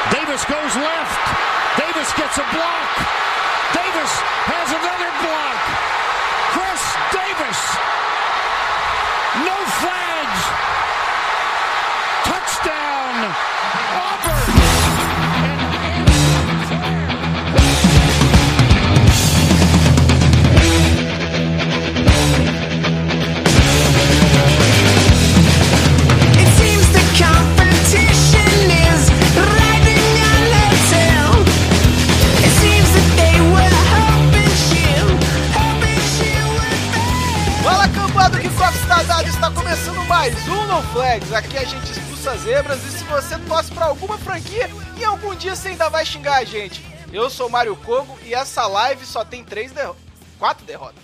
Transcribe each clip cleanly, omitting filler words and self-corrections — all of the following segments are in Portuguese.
Davis goes left. Davis gets a block. Davis has another block. Chris Davis. No flags. Touchdown. Auburn. Está começando mais um No Flags. Aqui a gente expulsa zebras e se você torce pra alguma franquia, e algum dia você ainda vai xingar a gente. Eu sou o Mário Kogo e essa live só tem 4 derrotas.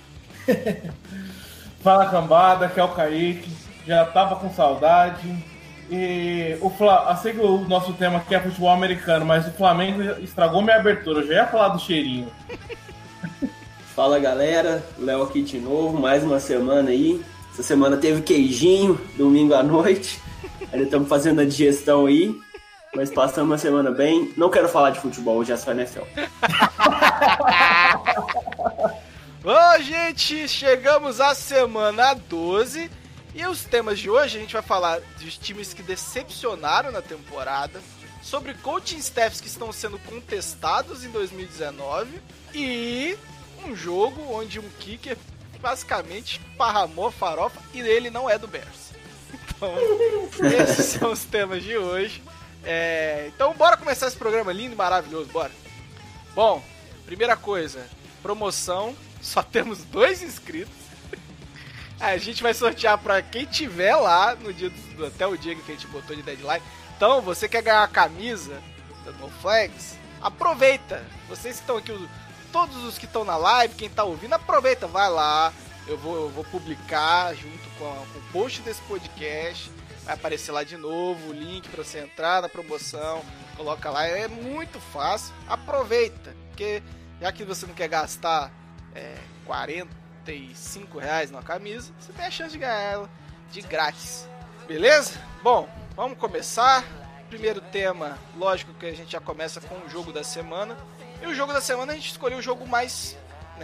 Fala cambada, aqui é o Kaique. Já tava com saudade. E sei que o nosso tema aqui é futebol americano, mas o Flamengo estragou minha abertura. Eu já ia falar do cheirinho. Fala galera, Léo aqui de novo, mais uma semana aí. Essa semana teve queijinho, domingo à noite. Ainda estamos fazendo a digestão aí, mas passamos uma semana bem. Não quero falar de futebol, hoje é só NFL. Bom, gente, chegamos à semana 12 e os temas de hoje a gente vai falar dos times que decepcionaram na temporada, sobre coaching staffs que estão sendo contestados em 2019 e um jogo onde um kicker basicamente parramou a farofa e ele não é do Bears. Então, esses são os temas de hoje. Então, bora começar esse programa lindo e maravilhoso, bora. Bom, primeira coisa, promoção, só temos 2 inscritos. A gente vai sortear pra quem tiver lá no dia até o dia que a gente botou de deadline. Então, você quer ganhar a camisa da No Flags? Aproveita! Vocês que estão aqui, todos os que estão na live, quem tá ouvindo, aproveita, vai lá. Eu vou publicar junto com o post desse podcast. Vai aparecer lá de novo o link para você entrar na promoção. Coloca lá, é muito fácil. Aproveita, porque já que você não quer gastar R$45 numa camisa, você tem a chance de ganhar ela de grátis. Beleza? Bom, vamos começar. Primeiro tema, lógico que a gente já começa com o jogo da semana. E o jogo da semana a gente escolheu o jogo mais,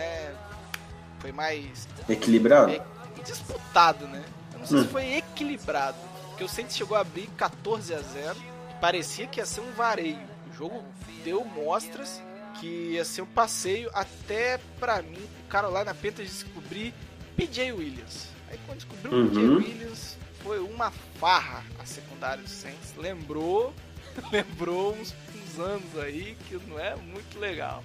foi mais equilibrado, disputado, né? Eu não sei se foi equilibrado, porque o Saints chegou a abrir 14-0, parecia que ia ser um vareio. O jogo deu mostras que ia ser um passeio, até pra mim, o Carolina Panthers descobrir P.J. Williams. Aí quando descobriu o P.J. Williams, foi uma farra a secundária do Saints. Lembrou uns anos aí que não é muito legal.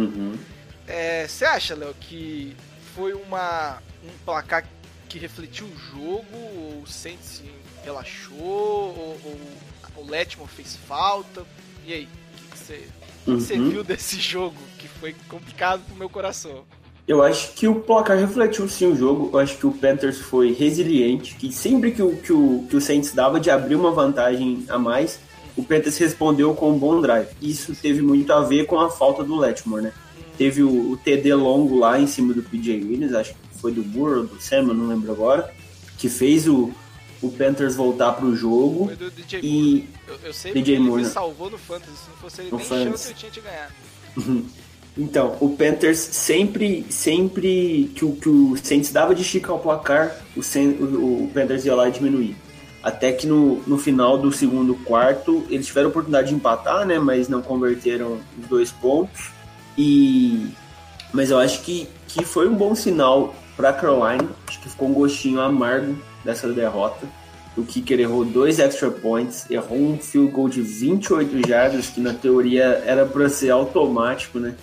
Você acha, Léo, que foi um placar que refletiu o jogo, ou o Saints relaxou, ou o Letmore fez falta? E aí, o que você viu desse jogo que foi complicado pro meu coração? Eu acho que o placar refletiu sim o jogo. Eu acho que o Panthers foi resiliente, que sempre que o Saints dava de abrir uma vantagem a mais, o Panthers respondeu com um bom drive. Isso teve muito a ver com a falta do Letmore, né? Teve o TD longo lá em cima do P.J. Williams, acho que foi do Burrow, do Sam, não lembro agora, que fez o Panthers voltar pro jogo. Foi do DJ e Moore. Eu sei DJ que ele Moore, me salvou no Fantasy, se não fosse ele, no nem Fantasy. chance eu tinha de ganhar. Então, o Panthers sempre que o Saints dava de esticar o placar, o Panthers ia lá e diminuía. Até que no final do segundo quarto, eles tiveram a oportunidade de empatar, né? Mas não converteram os 2 pontos. Mas eu acho que foi um bom sinal para Carolina. Acho que ficou um gostinho amargo dessa derrota. O kicker errou 2 extra points, errou um field goal de 28 jardas, que na teoria era para ser automático, né?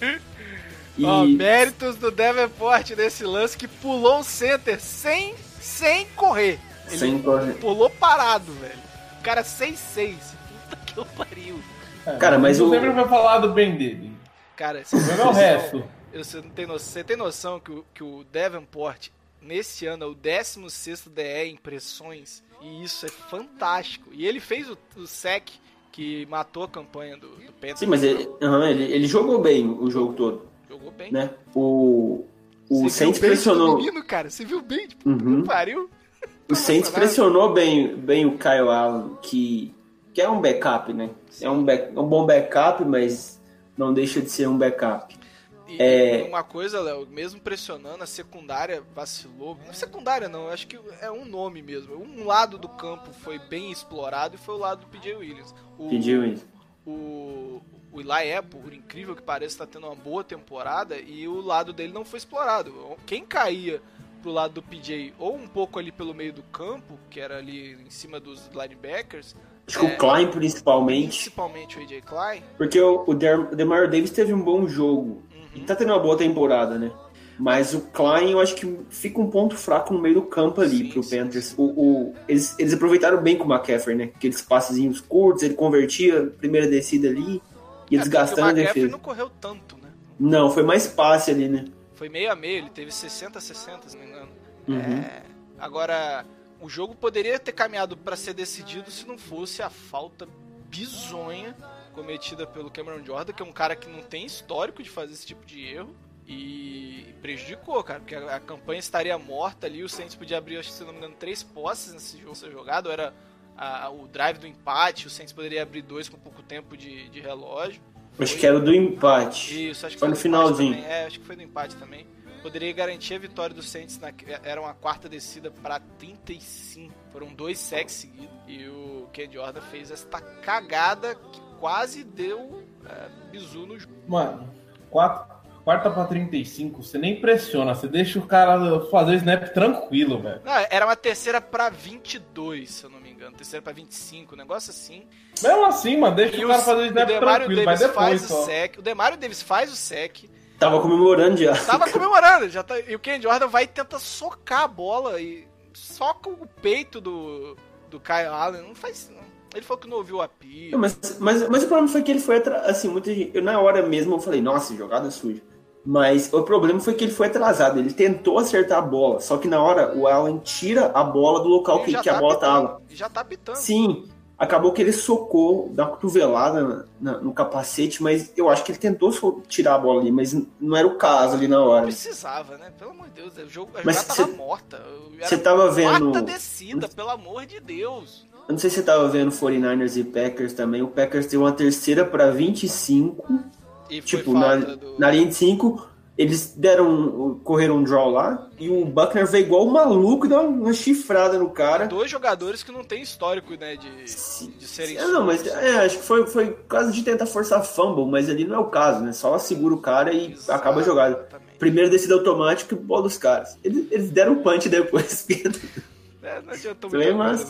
Méritos do Davenport nesse lance, que pulou o center sem correr. Ele pulou parado, velho. O cara 6'6". Puta que eu pariu. Cara, mas eu sempre vou falar do bem dele. Cara, o resto. Você tem noção que o Davenport, nesse ano, é o 16º DE em impressões, e isso é fantástico. E ele fez o sack que matou a campanha do Panthers. Sim, mas ele jogou bem o jogo todo. Jogou bem. Né? O Saints pressionou... Menino, cara, você viu bem? Tipo, não pariu? O Saints pressionou bem o Kyle Allen, que que é um backup, né? É um bom backup, mas não deixa de ser um backup. E uma coisa, Léo, mesmo pressionando, a secundária vacilou. Não é secundária não, acho que é um nome mesmo. Um lado do campo foi bem explorado e foi o lado do P.J. Williams. O Eli Apple, por incrível que pareça, está tendo uma boa temporada e o lado dele não foi explorado. Quem caía pro lado do PJ ou um pouco ali pelo meio do campo, que era ali em cima dos linebackers... Acho que o Klein, principalmente. Principalmente o A.J. Klein. Porque o Demario Davis teve um bom jogo. E tá tendo uma boa temporada, né? Mas o Klein, eu acho que fica um ponto fraco no meio do campo ali pro Panthers. Eles aproveitaram bem com o McCaffrey, né? Aqueles passezinhos curtos, ele convertia, primeira descida ali, ia desgastando a defesa. O McCaffrey não correu tanto, né? Não, foi mais passe ali, né? Foi meio a meio, ele teve 60-60, se não me engano. Agora... O jogo poderia ter caminhado para ser decidido se não fosse a falta bizonha cometida pelo Cameron Jordan, que é um cara que não tem histórico de fazer esse tipo de erro, e prejudicou, cara, porque a campanha estaria morta ali, o Saints podia abrir, se não me engano, 3 posses nesse jogo ser jogado, era o drive do empate, o Saints poderia abrir 2 com pouco tempo de relógio. Acho que era o do empate. Isso, acho que foi no finalzinho. Acho que foi do empate também. Poderia garantir a vitória do Saints, era uma quarta descida para 35. Foram 2 sacks seguidos. E o Ken Jordan fez esta cagada que quase deu bizu no jogo. Mano, quarta para 35, você nem pressiona, você deixa o cara fazer o snap tranquilo, velho. Era uma terceira para 22, se eu não me engano. Terceira para 25, um negócio assim. Mesmo assim, mano, deixa o cara fazer o snap tranquilo, vai depois só. O Demario Davis faz o sec. Tava comemorando já. E o Ken Jordan vai e tenta socar a bola e soca o peito do Kyle Allen. Não faz. Não. Ele falou que não ouviu o apito. Mas o problema foi que ele foi assim, muita gente. Eu, na hora mesmo, eu falei, nossa, jogada suja. Mas o problema foi que ele foi atrasado. Ele tentou acertar a bola. Só que na hora o Allen tira a bola do local que a bola tava. E já tá apitando. Sim. Acabou que ele socou, dá uma cotovelada no capacete, mas eu acho que ele tentou tirar a bola ali, mas não era o caso ali na hora. Não precisava, né? Pelo amor de Deus, a jogada tava morta. Você tava vendo... Quarta descida, pelo amor de Deus. Eu não sei se você tava vendo 49ers e Packers também. O Packers deu uma terceira para 25. E tipo, na linha de 5... Eles correram um draw lá e o Buckner veio igual um maluco e deu uma chifrada no cara. 2 jogadores que não tem histórico, né, de serem... Não, mas acho que foi caso de tentar forçar fumble, mas ali não é o caso, né? Só segura o cara e acaba a jogada. Primeiro descida automática e bola dos caras. Eles deram um punch depois. Não adiantou muito. Mas,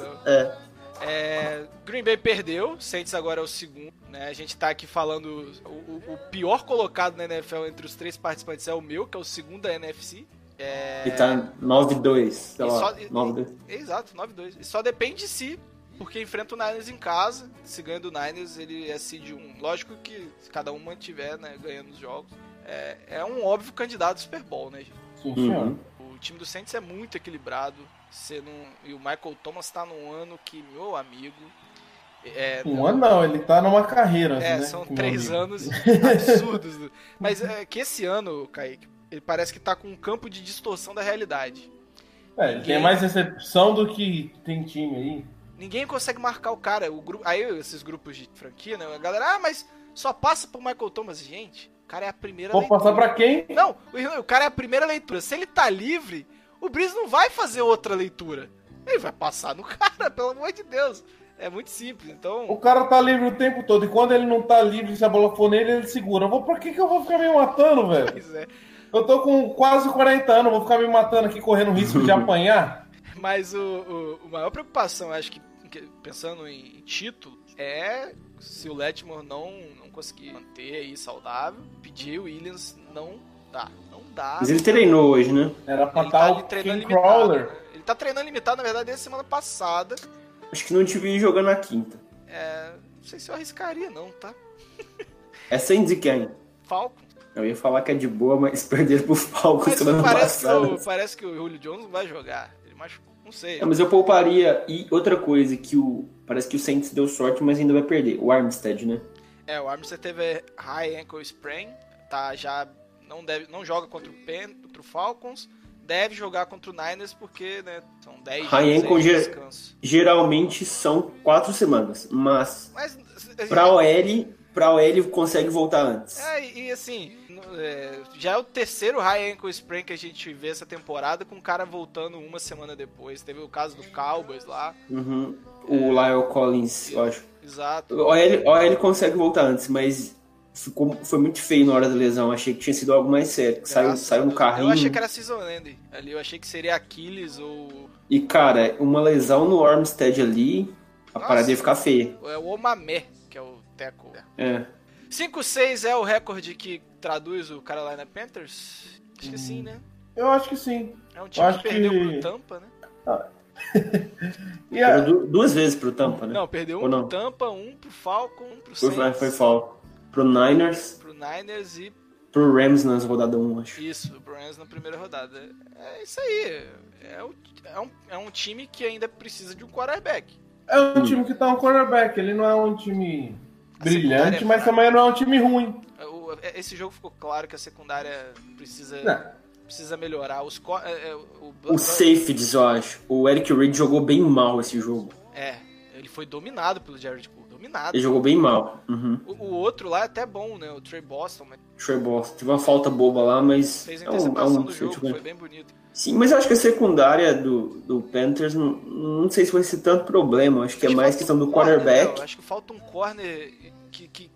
Green Bay perdeu, Saints agora é o segundo, né? A gente tá aqui falando o pior colocado na NFL entre os 3 participantes é o meu, que é o segundo da NFC. E tá 9-2, sei lá, 9-2. Exato, 9-2. E só depende de si, porque enfrenta o Niners em casa. Se ganha do Niners, ele é seed 1. Lógico que se cada um mantiver, né, ganhando os jogos, é um óbvio candidato ao Super Bowl, né, gente? Sim, senhor. O time do Saints é muito equilibrado. E o Michael Thomas tá num ano que, meu amigo... ano não, ele tá numa carreira. Né, são 3 anos absurdos. Mas que esse ano, Kaique, ele parece que tá com um campo de distorção da realidade. Ele tem mais recepção do que tem time aí. Ninguém consegue marcar o cara. Aí esses grupos de franquia, né? A galera, mas só passa pro Michael Thomas. Gente, o cara é a primeira leitura. Vou passar pra quem? Não, o cara é a primeira leitura. Se ele tá livre, o Breeze não vai fazer outra leitura. Ele vai passar no cara, pelo amor de Deus. É muito simples, então... O cara tá livre o tempo todo, e quando ele não tá livre, se a bola for nele, ele segura. Pra que eu vou ficar me matando, velho? Pois é. Eu tô com quase 40 anos, vou ficar me matando aqui, correndo risco de apanhar? Mas a maior preocupação, acho que, pensando em título, é se o Letmore não conseguir manter aí saudável, P.J. Williams não dá. Mas ele treinou hoje, né? Era pra estar o King Crawler. Ele tá treinando limitado, na verdade, desde semana passada. Acho que não te vi jogando na quinta. Não sei se eu arriscaria, não, tá? É sem de quem? Falcons. Eu ia falar que é de boa, mas perderam pro Falcons semana passada. Parece que o Julio Jones não vai jogar. Ele machucou, não sei. Mas eu pouparia. E outra coisa, parece que o Saints deu sorte, mas ainda vai perder. O Armstead, né? O Armstead teve high ankle sprain. Tá, já não joga contra o Falcons. deve jogar contra o Niners porque, né, são 10 High dias ankle aí de descanso. geralmente são 4 semanas, mas Mas pra OL consegue voltar antes. e assim, já é o terceiro high ankle sprain que a gente vê essa temporada com o cara voltando uma semana depois. Teve o caso do Cowboys lá. Uhum. O Lyle Collins, eu acho. Exato. O OL consegue voltar antes, mas foi muito feio na hora da lesão. Achei que tinha sido algo mais sério. Saiu no carrinho. Eu achei que era season ending ali. Eu achei que seria Aquiles ou... E, cara, uma lesão no Armstead ali, a Nossa, parada ia ficar feia. É o Omamé, que é o tackle. É. 5-6 é o recorde que traduz o Carolina Panthers? Acho que sim, né? Eu acho que sim. É um time que perdeu pro Tampa, né? Perdeu 2 vezes pro Tampa, né? Não, perdeu um pro Tampa, um pro Falcon, um pro Saints. Foi falco. Pro Niners. Pro Niners e... Pro Rams nas rodadas 1, acho. Isso, pro Rams na primeira rodada. É isso aí. É um time que ainda precisa de um quarterback. É um time que tá um cornerback. Ele não é um time brilhante, mas também não é um time ruim. Esse jogo ficou claro que a secundária precisa melhorar. Os safeties, eu acho. O Eric Reid jogou bem mal esse jogo. Ele foi dominado pelo Jared Cook. Dominado. Ele jogou bem mal. Uhum. O outro lá é até bom, né? O Trey Boston. Trey Boston. Teve uma falta boba lá, mas... Fez a interceptação do jogo, foi bem bonito. Sim, mas eu acho que a secundária do Panthers, não sei se vai ser tanto problema. Acho que é mais questão do quarterback. Eu acho que falta um corner que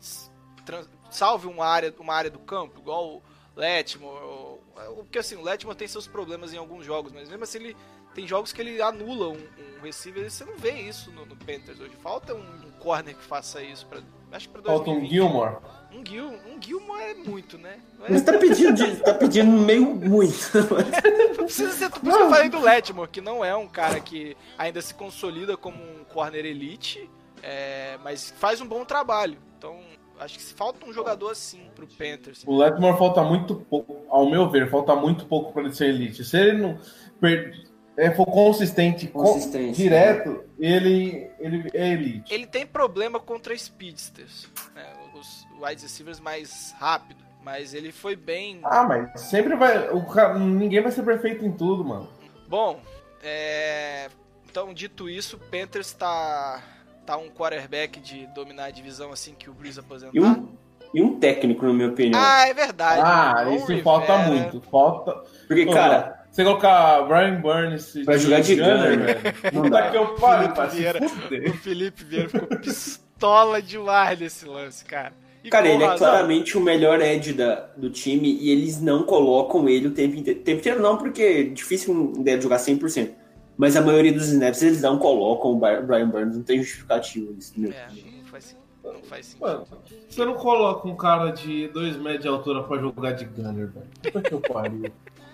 salve uma área do campo, igual o Letmore. Porque assim, o Letmore tem seus problemas em alguns jogos, mas mesmo assim tem jogos que ele anula um receiver, e você não vê isso no Panthers hoje. Falta um corner que faça isso. Acho que pra 2020. Falta um Gilmore. Um Gilmore é muito, né? Mas tá pedindo meio muito. Não precisa ser tudo. Por isso que eu falei do Letmore, que não é um cara que ainda se consolida como um corner elite, mas faz um bom trabalho. Então, acho que falta um jogador assim pro Panthers. O Letmore falta muito pouco, ao meu ver, falta muito pouco pra ele ser elite. Se ele não for consistente direto, ele é elite. Ele tem problema contra speedsters, né? Os wide receivers mais rápidos, mas ele foi bem... mas sempre ninguém vai ser perfeito em tudo, mano. Bom, então dito isso, o Panthers tá um quarterback de dominar a divisão assim que o Breeze aposentar. E um técnico, na minha opinião. É verdade. Isso falta muito. Porque, cara... Você colocar Brian Burns pra jogar de Gunner, velho. Não dá que eu paro pra se fuder. O Felipe Vieira ficou pistola demais nesse lance, cara. Cara, ele é claramente o melhor edge do time e eles não colocam ele o tempo inteiro. Não, porque é difícil deve jogar 100%. Mas a maioria dos snaps eles não colocam o Brian Burns, não tem justificativa isso. Não faz sentido. Mano, você não coloca um cara de 2 metros de altura pra jogar de Gunner, velho. Puta que eu pariu.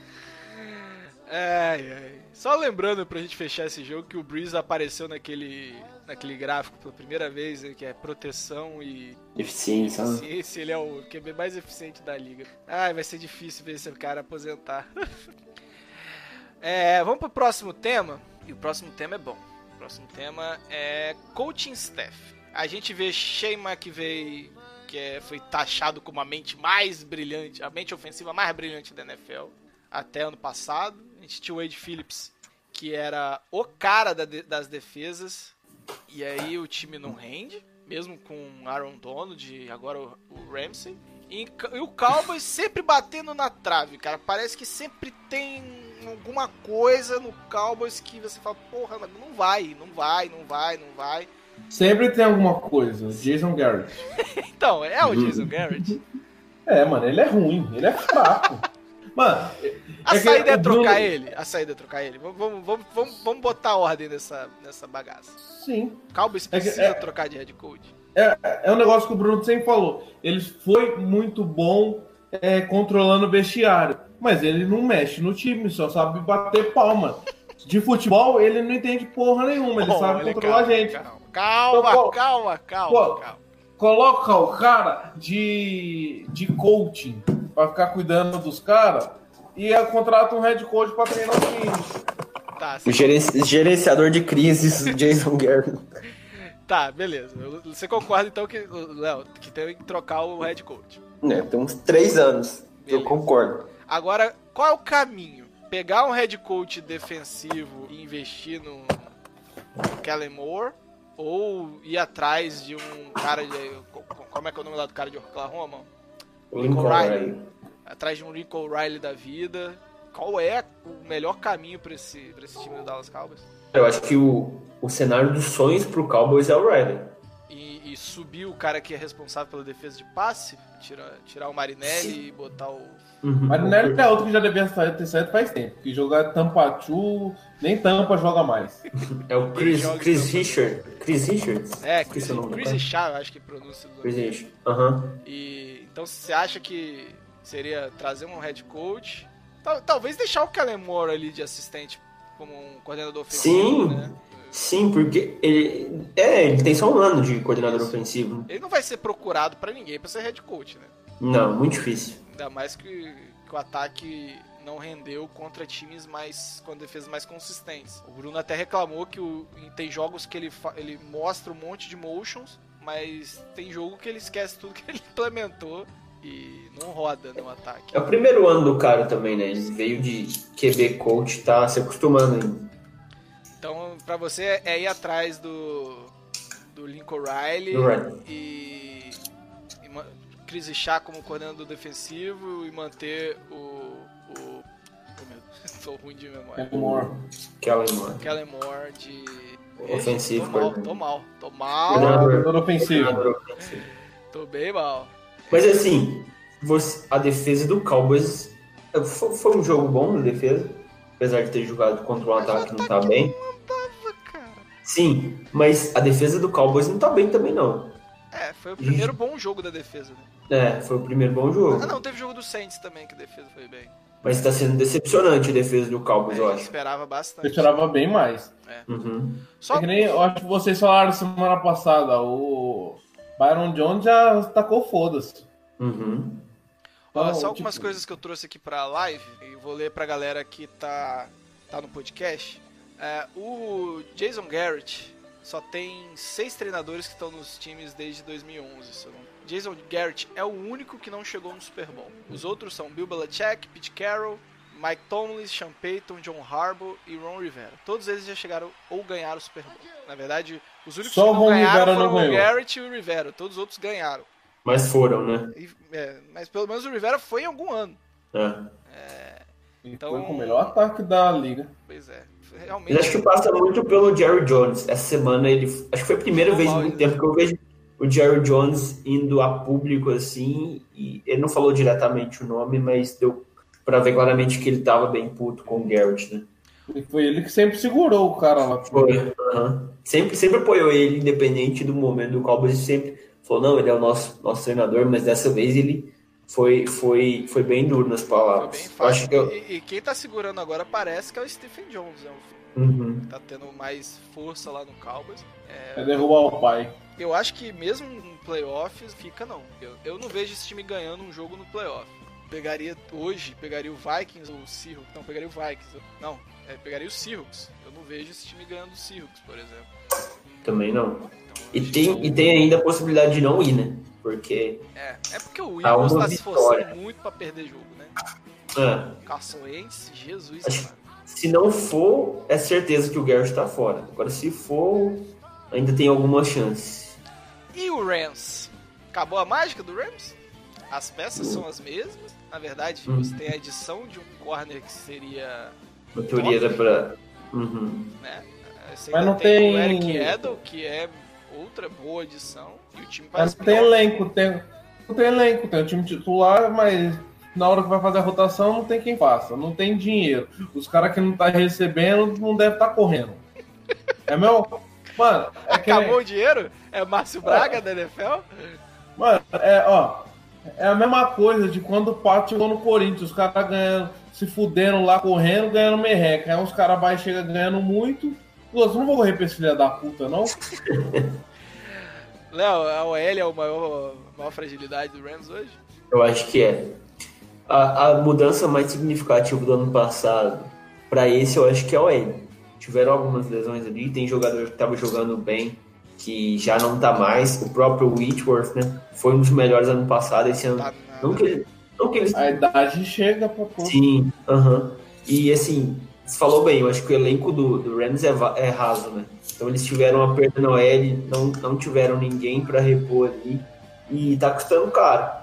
Só lembrando pra gente fechar esse jogo que o Breeze apareceu naquele gráfico pela primeira vez, né, que é proteção e eficiência. Ele é o QB mais eficiente da liga. Vai ser difícil ver esse cara aposentar. Vamos pro próximo tema. E o próximo tema é bom. O próximo tema é coaching staff. A gente vê Shane McVay, que foi taxado como a mente mais brilhante, a mente ofensiva mais brilhante da NFL até ano passado. A gente tinha o Wade Phillips, que era o cara das defesas, e aí o time não rende, mesmo com Aaron Donald e agora o Ramsey. E o Cowboys sempre batendo na trave, cara. Parece que sempre tem alguma coisa no Cowboys que você fala, porra, não vai. Sempre tem alguma coisa. Jason Garrett. Então, é o Jason Garrett? Mano, ele é ruim, ele é fraco. Mano, a saída é trocar ele. Vamos botar ordem nessa bagaça. Sim. O Cowboys precisa trocar de head coach. É um negócio que o Bruno sempre falou. Ele foi muito bom controlando o vestiário, mas ele não mexe no time, só sabe bater palma. De futebol, ele não entende porra nenhuma, ele sabe controlar a gente. Calma. Coloca o cara de coaching pra ficar cuidando dos caras e contrata um head coach pra treinar o time. Tá, o gerenciador de crises, Jason Garrett. Tá, beleza. Você concorda então que tem que trocar o head coach? Tem uns 3 anos. Beleza. Eu concordo. Agora, qual é o caminho? pegar um head coach defensivo e investir no Kellen Moore, ou ir atrás de um cara de... Como é que é o nome lá do cara de Oklahoma? Lincoln Riley. Atrás de um Lincoln Riley da vida. Qual é o melhor caminho pra esse time do Dallas Cowboys? Eu acho que o cenário dos sonhos pro Cowboys é o Riley. E subir o cara que é responsável pela defesa de passe, tirar o Marinelli e botar o... Marinelli é outro que já devia ter saído faz tempo. Que jogar Tampa 2, nem Tampa joga mais. É o Chris Richards. Chris Richards? É, Chris Richards, acho que pronuncia. Chris Richards. E então você acha que seria trazer um head coach, talvez deixar o Kellen Moore ali de assistente como um coordenador ofensivo, né? Sim, porque ele tem só um ano de coordenador ofensivo. Ele não vai ser procurado pra ninguém pra ser head coach, né? Não, muito difícil. Ainda mais que o ataque não rendeu contra times com defesas mais consistentes. O Bruno até reclamou que tem jogos que ele mostra um monte de motions, mas tem jogo que ele esquece tudo que ele implementou e não roda no ataque. É o primeiro ano do cara também, né? Ele veio de QB coach, tá se acostumando ainda. Então, pra você é ir atrás do Lincoln Riley e Chris Richards como coordenador defensivo e manter tô ruim de memória. Kellen Moore de ofensivo. Tô mal. Coordenador ofensivo. Tô bem mal. Mas assim, a defesa do Cowboys foi um jogo bom na defesa, apesar de ter jogado contra um ataque que não tá bem. Sim, mas a defesa do Cowboys não tá bem também, não. Foi o primeiro bom jogo da defesa, né? Foi o primeiro bom jogo. Não, teve jogo do Saints também, que a defesa foi bem. Mas tá sendo decepcionante a defesa do Cowboys, eu acho. Esperava bastante. Eu esperava bem mais. Só que nem, eu acho que vocês falaram semana passada, o Byron Jones já tacou foda-se. Só algumas coisas que eu trouxe aqui pra live, e vou ler pra galera que tá no podcast. O Jason Garrett só tem 6 treinadores que estão nos times desde 2011. Jason Garrett é o único que não chegou no Super Bowl. Os outros são Bill Belichick, Pete Carroll, Mike Tomlin, Sean Payton, John Harbaugh e Ron Rivera. Todos eles já chegaram ou ganharam o Super Bowl. Na verdade, os únicos só que não ganharam foram o Garrett e o Rivera. Todos os outros ganharam. Mas foram, né? Mas pelo menos o Rivera foi em algum ano. Então, foi com o melhor ataque da liga. Pois é. Realmente. Eu acho que passa muito pelo Jerry Jones. Essa semana acho que foi a primeira vez em muito tempo que eu vejo o Jerry Jones indo a público assim, e ele não falou diretamente o nome, mas deu pra ver claramente que ele tava bem puto com o Garrett, né? E foi ele que sempre segurou o cara lá. Foi. Sempre apoiou ele, independente do momento do Cowboys, sempre falou, não, ele é o nosso treinador, mas dessa vez ele foi bem duro nas palavras. Foi bem fácil. E quem tá segurando agora parece que é o Stephen Jones, né? Tá tendo mais força lá no Cowboys. É derrubar o pai. Eu acho que mesmo em playoffs, fica não. Eu não vejo esse time ganhando um jogo no playoff. Pegaria o Vikings ou o Seahawks. Não, pegaria o Vikings. Não, pegaria o Seahawks. Eu não vejo esse time ganhando o Seahawks, por exemplo. Também não. Então, e tem ainda a possibilidade de não ir, né? Porque... porque o Eagles tá se esforçando muito pra perder jogo, né? Carson Wentz, Jesus, cara. Se não for, é certeza que o Garrett tá fora. Agora, se for, ainda tem alguma chance. E o Rams? Acabou a mágica do Rams? As peças são as mesmas. Na verdade, você tem a adição de um corner que seria... A teoria era pra... Né? Mas não tem... O Eric Edel, que é outra boa adição. E o time mas não tem elenco. Não tem elenco. Tem o time titular, mas... Na hora que vai fazer a rotação, não tem quem faça. Não tem dinheiro. Os caras que não tá recebendo não devem estar correndo. Mano, acabou o dinheiro? É Márcio Braga da NFL? Mano, é a mesma coisa de quando o Pato chegou no Corinthians. Os caras ganhando, se fudendo lá, correndo, ganhando merreca. Aí os caras chegam ganhando muito. Nossa, não vou correr pra esse filho da puta, não? Léo, a OL é a maior fragilidade do Rams hoje? Eu acho que é. A mudança mais significativa do ano passado para esse, eu acho que é o OL. Tiveram algumas lesões ali, tem jogador que estava jogando bem, que já não tá mais. O próprio Whitworth, né? Foi um dos melhores ano passado, esse ano. Não que ele... A idade chega pra pouco. Sim, E assim, você falou bem, eu acho que o elenco do Rams é raso, né? Então eles tiveram uma perda na OL, não tiveram ninguém para repor ali. E tá custando caro.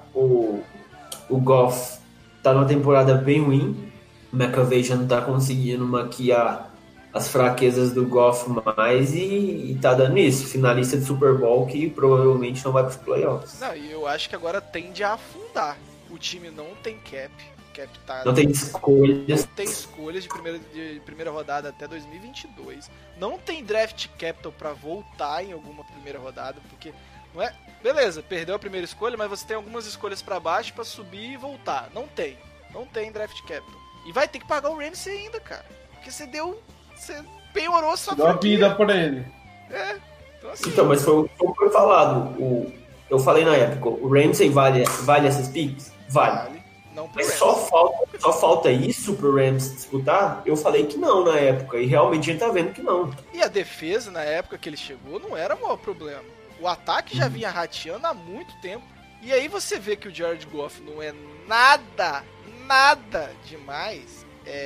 O Goff tá numa temporada bem ruim. O McAvey já não tá conseguindo maquiar as fraquezas do Goff mais e tá dando isso. Finalista de Super Bowl que provavelmente não vai pros playoffs. Não, e eu acho que agora tende a afundar. O time não tem cap. Tá, não tem escolhas. Não tem escolhas de primeira rodada até 2022. Não tem draft capital pra voltar em alguma primeira rodada, porque não é... Beleza, perdeu a primeira escolha, mas você tem algumas escolhas pra baixo pra subir e voltar. Não tem draft capital. E vai ter que pagar o Ramsey ainda, cara. Porque você penhorou sua franquia. Deu a vida pra ele. Então, assim, mas foi o que foi falado. Eu falei na época, o Ramsey vale essas picks? Vale. Não pro mas Rams. só falta isso pro Rams disputar? Eu falei que não na época, e realmente a gente tá vendo que não. E a defesa, na época que ele chegou, não era o maior problema. O ataque já vinha rateando há muito tempo. E aí você vê que o Jared Goff não é nada demais.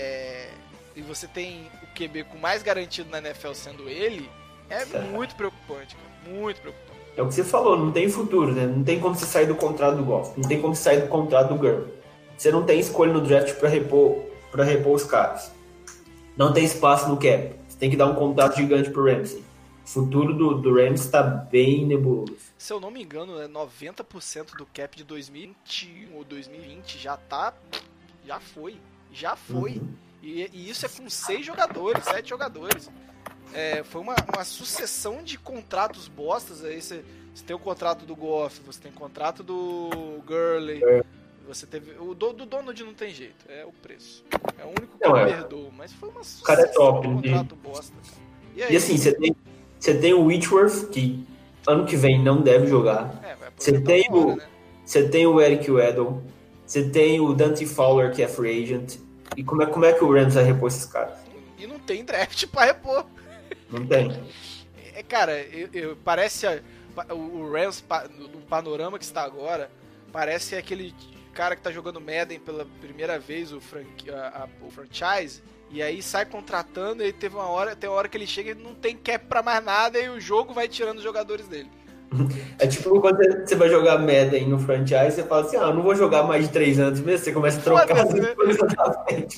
E você tem o QB com mais garantido na NFL sendo ele. Muito preocupante, cara. Muito preocupante. É o que você falou, não tem futuro, né? Não tem como você sair do contrato do Goff. Não tem como você sair do contrato do Gurley. Você não tem escolha no draft pra repor os caras. Não tem espaço no cap. Você tem que dar um contrato gigante pro Ramsey. O futuro do Rams tá bem nebuloso. Se eu não me engano, 90% do cap de 2021 ou 2020 já foi. Uhum. E isso é com 6 jogadores, 7 jogadores. Foi uma sucessão de contratos bostas. Aí você tem o contrato do Goff, você tem o contrato do Gurley, você teve... O do Donald não tem jeito, é o preço. É o único que perdoa, mas foi uma sucessão de contrato bosta, cara. E assim, você tem o Whitworth, que ano que vem não deve jogar. Você tem o Eric Weddle, você tem o Dante Fowler, que é free agent. E como é que o Rams vai repor esses caras? E não tem draft pra repor. Não tem. Cara, parece o Rams, no panorama que está agora, parece aquele cara que tá jogando Madden pela primeira vez, o franchise, e aí sai contratando, e tem uma hora que ele chega e não tem cap pra mais nada, e o jogo vai tirando os jogadores dele. É tipo quando você vai jogar Madden no franchise, você fala assim, eu não vou jogar mais de 3 anos mesmo, você começa a trocar as coisas da frente.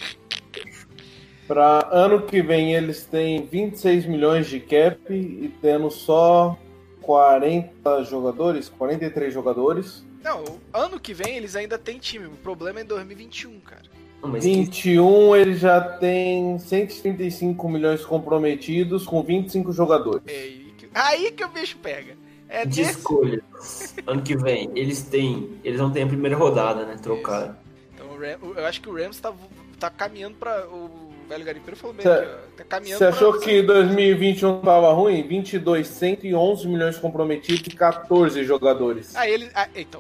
Para ano que vem eles têm 26 milhões de cap e tendo só 43 jogadores. Não, ano que vem eles ainda têm time, o problema é em 2021, cara. 21 eles já tem 135 milhões comprometidos com 25 jogadores. Aí que o bicho pega. De escolhas. Ano que vem, eles não têm a primeira rodada, né? Trocaram. Então eu acho que o Rams tá caminhando pra... O velho garimpeiro falou mesmo que tá caminhando. Você achou que 2021 tava ruim? 22, 111 milhões comprometidos e 14 jogadores. Então,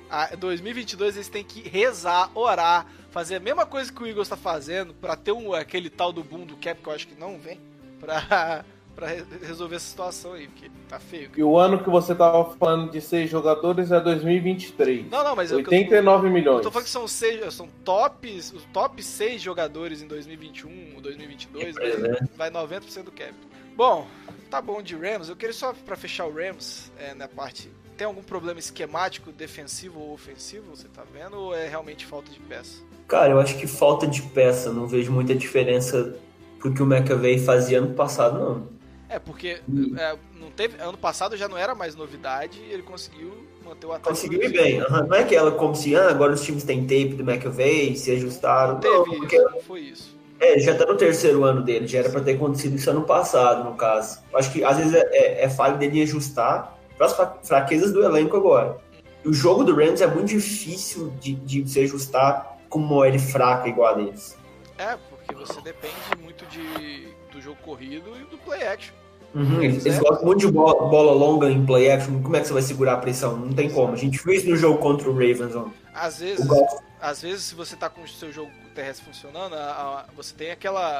2022 eles têm que rezar, orar, fazer a mesma coisa que o Eagles tá fazendo pra ter aquele tal do boom do cap que eu acho que não vem, pra resolver essa situação aí, porque tá feio. E o ano que você tava falando de 6 jogadores é 2023. Não, mas 89 milhões. Eu tô falando que são os top 6 jogadores em 2021 ou 2022, vai 90% do cap. Bom, tá bom de Rams. Eu queria só, pra fechar o Rams, na parte... Tem algum problema esquemático, defensivo ou ofensivo, você tá vendo? Ou é realmente falta de peça? Cara, eu acho que falta de peça. Não vejo muita diferença pro que o McAvey fazia ano passado, não. Porque não teve, ano passado já não era mais novidade e ele conseguiu manter o ataque. Conseguiu ir bem. Não é que ela como se, agora os times têm tape do McAvey, se ajustaram. Não foi isso. Já tá no 3º ano dele, já era pra ter acontecido isso ano passado, no caso. Acho que às vezes é falha dele ajustar para as fraquezas do elenco agora. E o jogo do Rams é muito difícil de se ajustar com uma OL fraca igual a deles. Porque você depende muito do jogo corrido e do play action. Eles gostam muito de bola longa em play action. Como é que você vai segurar a pressão? Não tem como. A gente viu isso no jogo contra o Ravens. Às vezes, se você tá com o seu jogo terrestre funcionando, você tem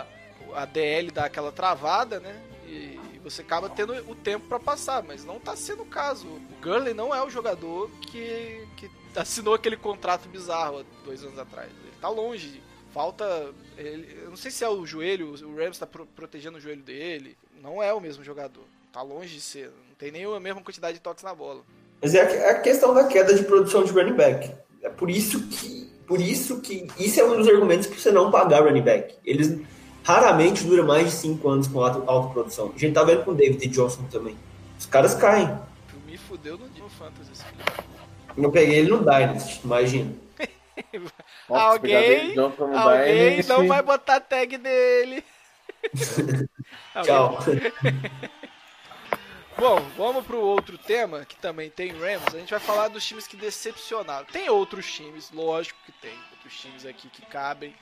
a DL dá aquela travada, né? E você acaba tendo o tempo pra passar, mas não tá sendo o caso. O Gurley não é o jogador que assinou aquele contrato bizarro há 2 anos atrás. Ele tá longe. Falta... eu não sei se é o joelho, o Rams tá protegendo o joelho dele. Não é o mesmo jogador. Tá longe de ser. Não tem nem a mesma quantidade de toques na bola. Mas é a questão da queda de produção de running back. É por isso que isso é um dos argumentos para você não pagar running back. Eles raramente duram mais de 5 anos com alta produção. A gente tá vendo com o David Johnson também. Os caras caem. Me fudeu no Fantasy. Eu peguei ele no Dynasty, imagina. Nossa, alguém não vai botar tag dele. Tchau. Bom, vamos pro outro tema, que também tem Rams. A gente vai falar dos times que decepcionaram. Tem outros times, lógico que tem. Outros times aqui que cabem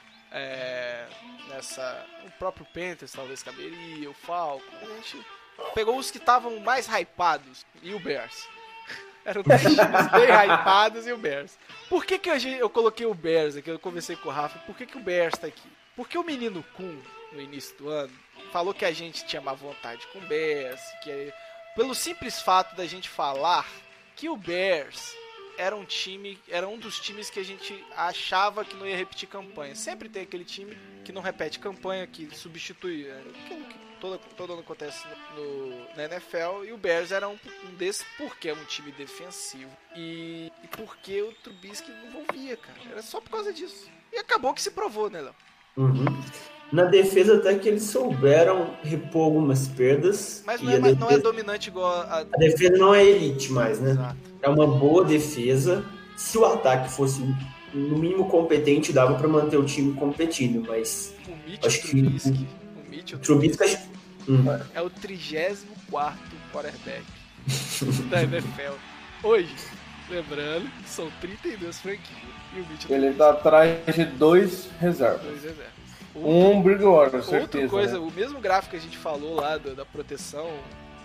nessa... O próprio Panthers talvez caberia, o Falcons. A gente pegou os que estavam mais hypados. E o Bears. Eram dois times bem hypados e o Bears. Por que eu coloquei o Bears aqui? Eu conversei com o Rafa. Por que o Bears tá aqui? Porque o menino Kuhn, no início do ano, falou que a gente tinha má vontade com o Bears, pelo simples fato da gente falar que o Bears era um dos times que a gente achava que não ia repetir campanha. Sempre tem aquele time que não repete campanha, que substitui aquilo que todo ano acontece na NFL, e o Bears era um desses porque é um time defensivo e porque o Trubisky não envolvia, cara. Era só por causa disso. E acabou que se provou, né, Léo? Uhum. Na defesa até que eles souberam repor algumas perdas. Mas não é dominante igual a... A defesa não é elite mais, né? Exato. É uma boa defesa. Se o ataque fosse no mínimo competente, dava para manter o time competindo, mas... O Mitchell Trubisky é o 34º quarterback da NFL. Hoje, lembrando que são 32 franquias. E o Mitchell ele tá atrás de 2 reservas. 2 reservas. Um Bridgewater, certeza. Outra coisa, né? O mesmo gráfico que a gente falou lá da proteção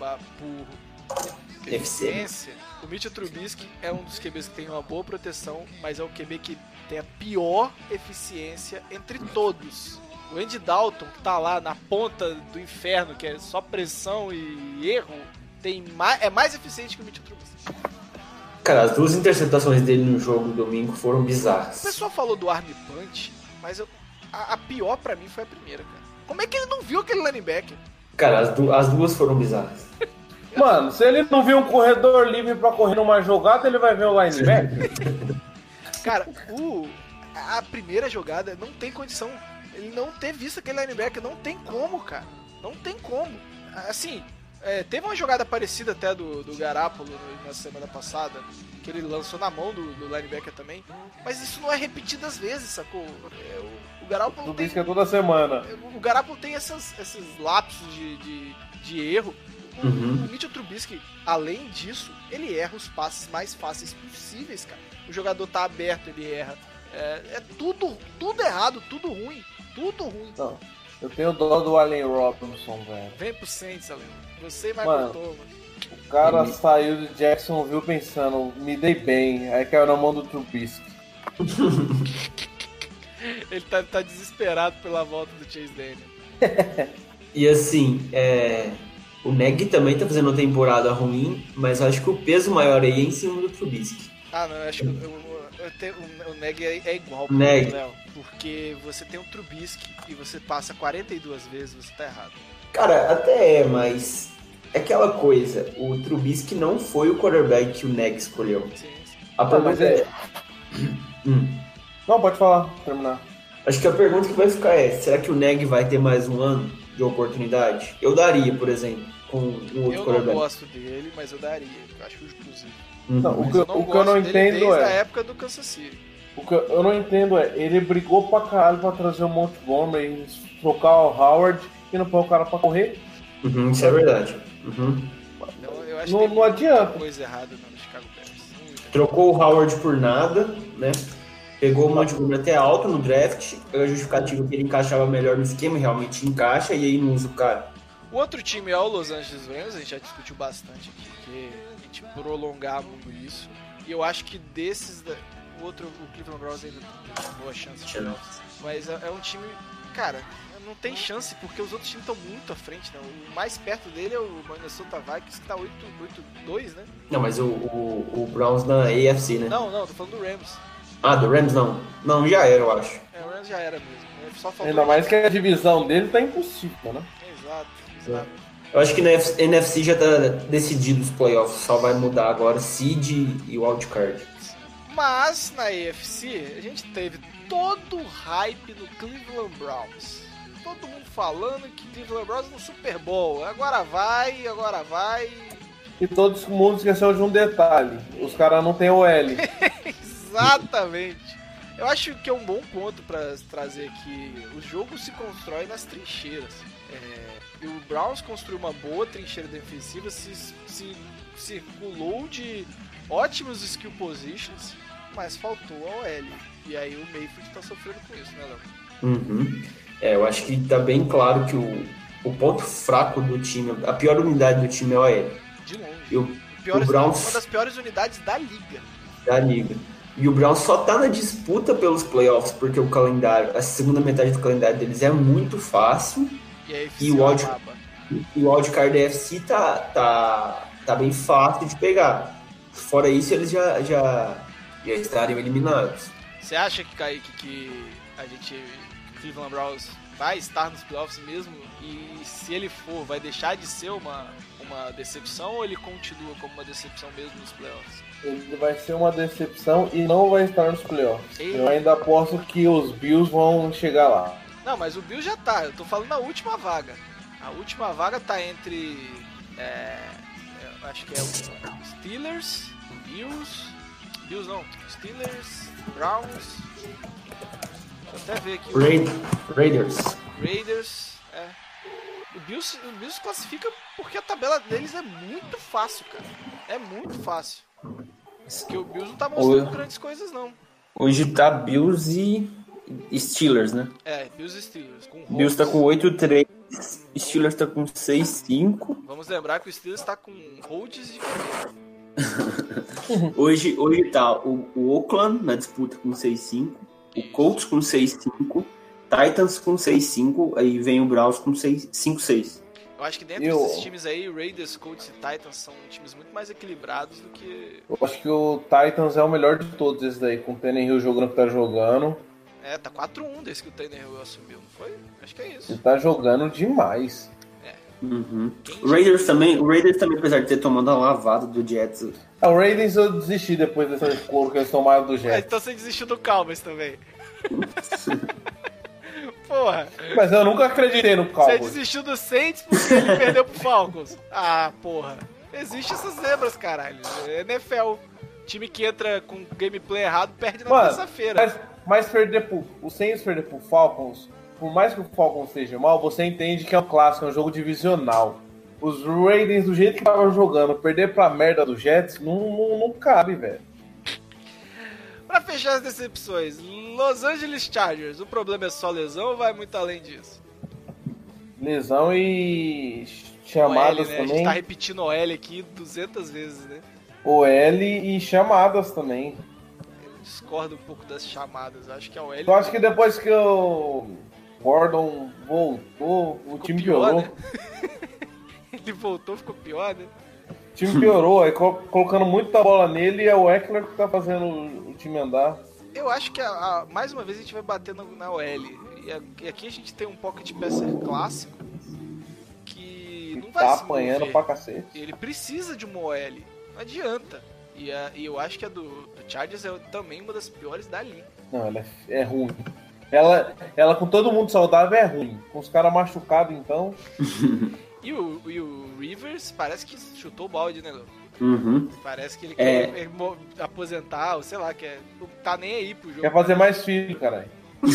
por eficiência, o Mitchell Trubisky é um dos QBs que tem uma boa proteção, mas é o QB que tem a pior eficiência entre todos. O Andy Dalton, que tá lá na ponta do inferno, que é só pressão e erro, é mais eficiente que o Mitchell Trubisky. Cara, as 2 interceptações dele no jogo domingo foram bizarras. O pessoal falou do arm punch, mas a pior pra mim foi a primeira, cara. Como é que ele não viu aquele linebacker? Cara, as duas foram bizarras. Mano, se ele não viu um corredor livre pra correr numa jogada, ele vai ver o linebacker? Cara, a primeira jogada não tem condição. Ele não ter visto aquele linebacker, não tem como, cara. Não tem como. Assim, teve uma jogada parecida até do Garoppolo na semana passada, que ele lançou na mão do linebacker também, mas isso não é repetido às vezes, sacou? O Garoppolo tem... Isso é toda semana. O Garoppolo tem esses lapsos de erro. O Mitchell Trubisky, além disso, ele erra os passes mais fáceis possíveis, cara. O jogador tá aberto, ele erra. É tudo errado, tudo ruim. Tudo ruim. Não, eu tenho dó do Allen Robinson, velho. Vem pro Saints, Allen. Você mais mano, botou, mano. O cara saiu de Jacksonville pensando, me dei bem, aí caiu na mão do Trubisky. Ele tá desesperado pela volta do Chase Daniel. E assim, o Neg também tá fazendo uma temporada ruim, mas eu acho que o peso maior aí é em cima do Trubisky. Ah, não, eu acho que o Neg é igual pro Neg. Léo, porque você tem um Trubisky e você passa 42 vezes, você tá errado. Cara, até mas é aquela coisa, o Trubisky não foi o quarterback que o Neg escolheu. Sim. A pergunta Não, pode falar, terminar. Acho que a pergunta que vai ficar será que o Neg vai ter mais um ano de oportunidade? Eu daria, por exemplo, com um outro quarterback. Eu não gosto dele, mas eu daria. Eu acho inclusive. Não, Mas o que eu não entendo desde a época do Kansas City. O que eu não entendo ele brigou pra caralho pra trazer o Montgomery, trocar o Howard e não pôr o cara pra correr. Isso é verdade. Então, eu acho Não adianta. Muita coisa errada no Chicago Bears. Trocou o Howard por nada, né? Pegou o Montgomery até alto no draft, pegou a justificativa que ele encaixava melhor no esquema, realmente encaixa, e aí não usa o cara. O outro time é o Los Angeles Rams, a gente já discutiu bastante aqui, porque a gente prolongar muito isso. E eu acho que desses, o Cleveland Browns ainda tem boa chance de playoffs. Mas é um time, cara, não tem chance, porque os outros times estão muito à frente, né? O mais perto dele é o Minnesota Vikings, que tá 8-2, né? Não, mas o Browns na AFC, né? Não, tô falando do Rams. Ah, do Rams não. Não, já era, eu acho. O Rams já era mesmo. Só faltou Ainda mais que a divisão dele tá impossível, né? Exato. Eu acho que na NFC já tá decidido os playoffs, só vai mudar agora seed e wildcard. Mas na AFC a gente teve todo o hype no Cleveland Browns. Todo mundo falando que Cleveland Browns no Super Bowl. Agora vai. E todo mundo esqueceu de um detalhe. Os caras não tem OL. Exatamente. Eu acho que é um bom ponto para trazer aqui. O jogo se constrói nas trincheiras. E o Browns construiu uma boa trincheira defensiva, se circulou de ótimos skill positions, mas faltou a OL. E aí o Mayfield tá sofrendo com isso, né, Léo? Uhum. Eu acho que tá bem claro que o ponto fraco do time, a pior unidade do time é a OL. De longe. E o Browns, uma das piores unidades da liga. E o Browns só tá na disputa pelos playoffs porque o calendário, a segunda metade do calendário deles é muito fácil. E o wildcard da FC tá bem fácil de pegar. Fora isso, eles já estariam eliminados. Você acha que, Kaique, que Cleveland Browns vai estar nos playoffs mesmo? E se ele for, vai deixar de ser uma decepção ou ele continua como uma decepção mesmo nos playoffs? Ele vai ser uma decepção e não vai estar nos playoffs. Eu ainda aposto que os Bills vão chegar lá. Não, mas o Bills já tá. Eu tô falando na última vaga. A última vaga tá entre... acho que é o Steelers, Steelers, Browns... Deixa eu até ver aqui. Raiders, O Bills classifica porque a tabela deles é muito fácil, cara. É muito fácil. Porque o Bills não tá mostrando grandes coisas, não. Hoje tá Bills e Steelers, né? Bills e Steelers. Bills tá com 8-3, Steelers tá com 6-5. Vamos lembrar que o Steelers tá com holds de Hoje tá o Oakland na disputa com 6-5, o Colts com 6-5, Titans com 6-5, aí vem o Browns com 5-6. Eu acho que dentro desses times aí, Raiders, Colts e Titans são times muito mais equilibrados do que... Eu acho que o Titans é o melhor de todos esses daí, com o Tannehill jogando o que tá jogando. Tá 4-1 desde que o Tannehill assumiu, não foi? Acho que é isso. Ele tá jogando demais. Uhum. O Raiders também, apesar de ter tomado uma lavada do Jets. O Raiders eu desisti depois dessa cor que eles tomaram do Jets. Então você desistiu do Cowboys também. Porra. Mas eu nunca acreditei no Cowboys. Você desistiu do Saints porque ele perdeu pro Falcons. Ah, porra. Existe essas zebras, caralho. NFL. Time que entra com gameplay errado perde na terça-feira. Mas o Saints perder pro Falcons, por mais que o Falcons seja mal, você entende que é um clássico, é um jogo divisional. Os Raiders, do jeito que estavam jogando, perder pra merda do Jets, não cabe, velho. Pra fechar as decepções, Los Angeles Chargers, o problema é só lesão ou vai muito além disso? Lesão e chamadas OL, né? também. A gente tá repetindo OL aqui 200 vezes, né? OL e chamadas também. Eu discordo um pouco das chamadas, acho que a OL... Eu acho que depois que o Gordon voltou, o time piorou. Né? Ele voltou, ficou pior, né? O time piorou, aí colocando muita bola nele e é o Eckler que tá fazendo o time andar. Eu acho que mais uma vez a gente vai bater na OL. E aqui a gente tem um pocket passer clássico que não vai tá se apanhando mover. Pra cacete. Ele precisa de uma OL, não adianta. E eu acho que a do Chargers é também uma das piores da liga. Não, ela é ruim. Ela com todo mundo saudável é ruim. Com os caras machucados, então... E o Rivers parece que chutou o balde, né, Léo? Uhum. Parece que ele quer aposentar, ou sei lá, tá nem aí pro jogo. Quer fazer mais filho, caralho.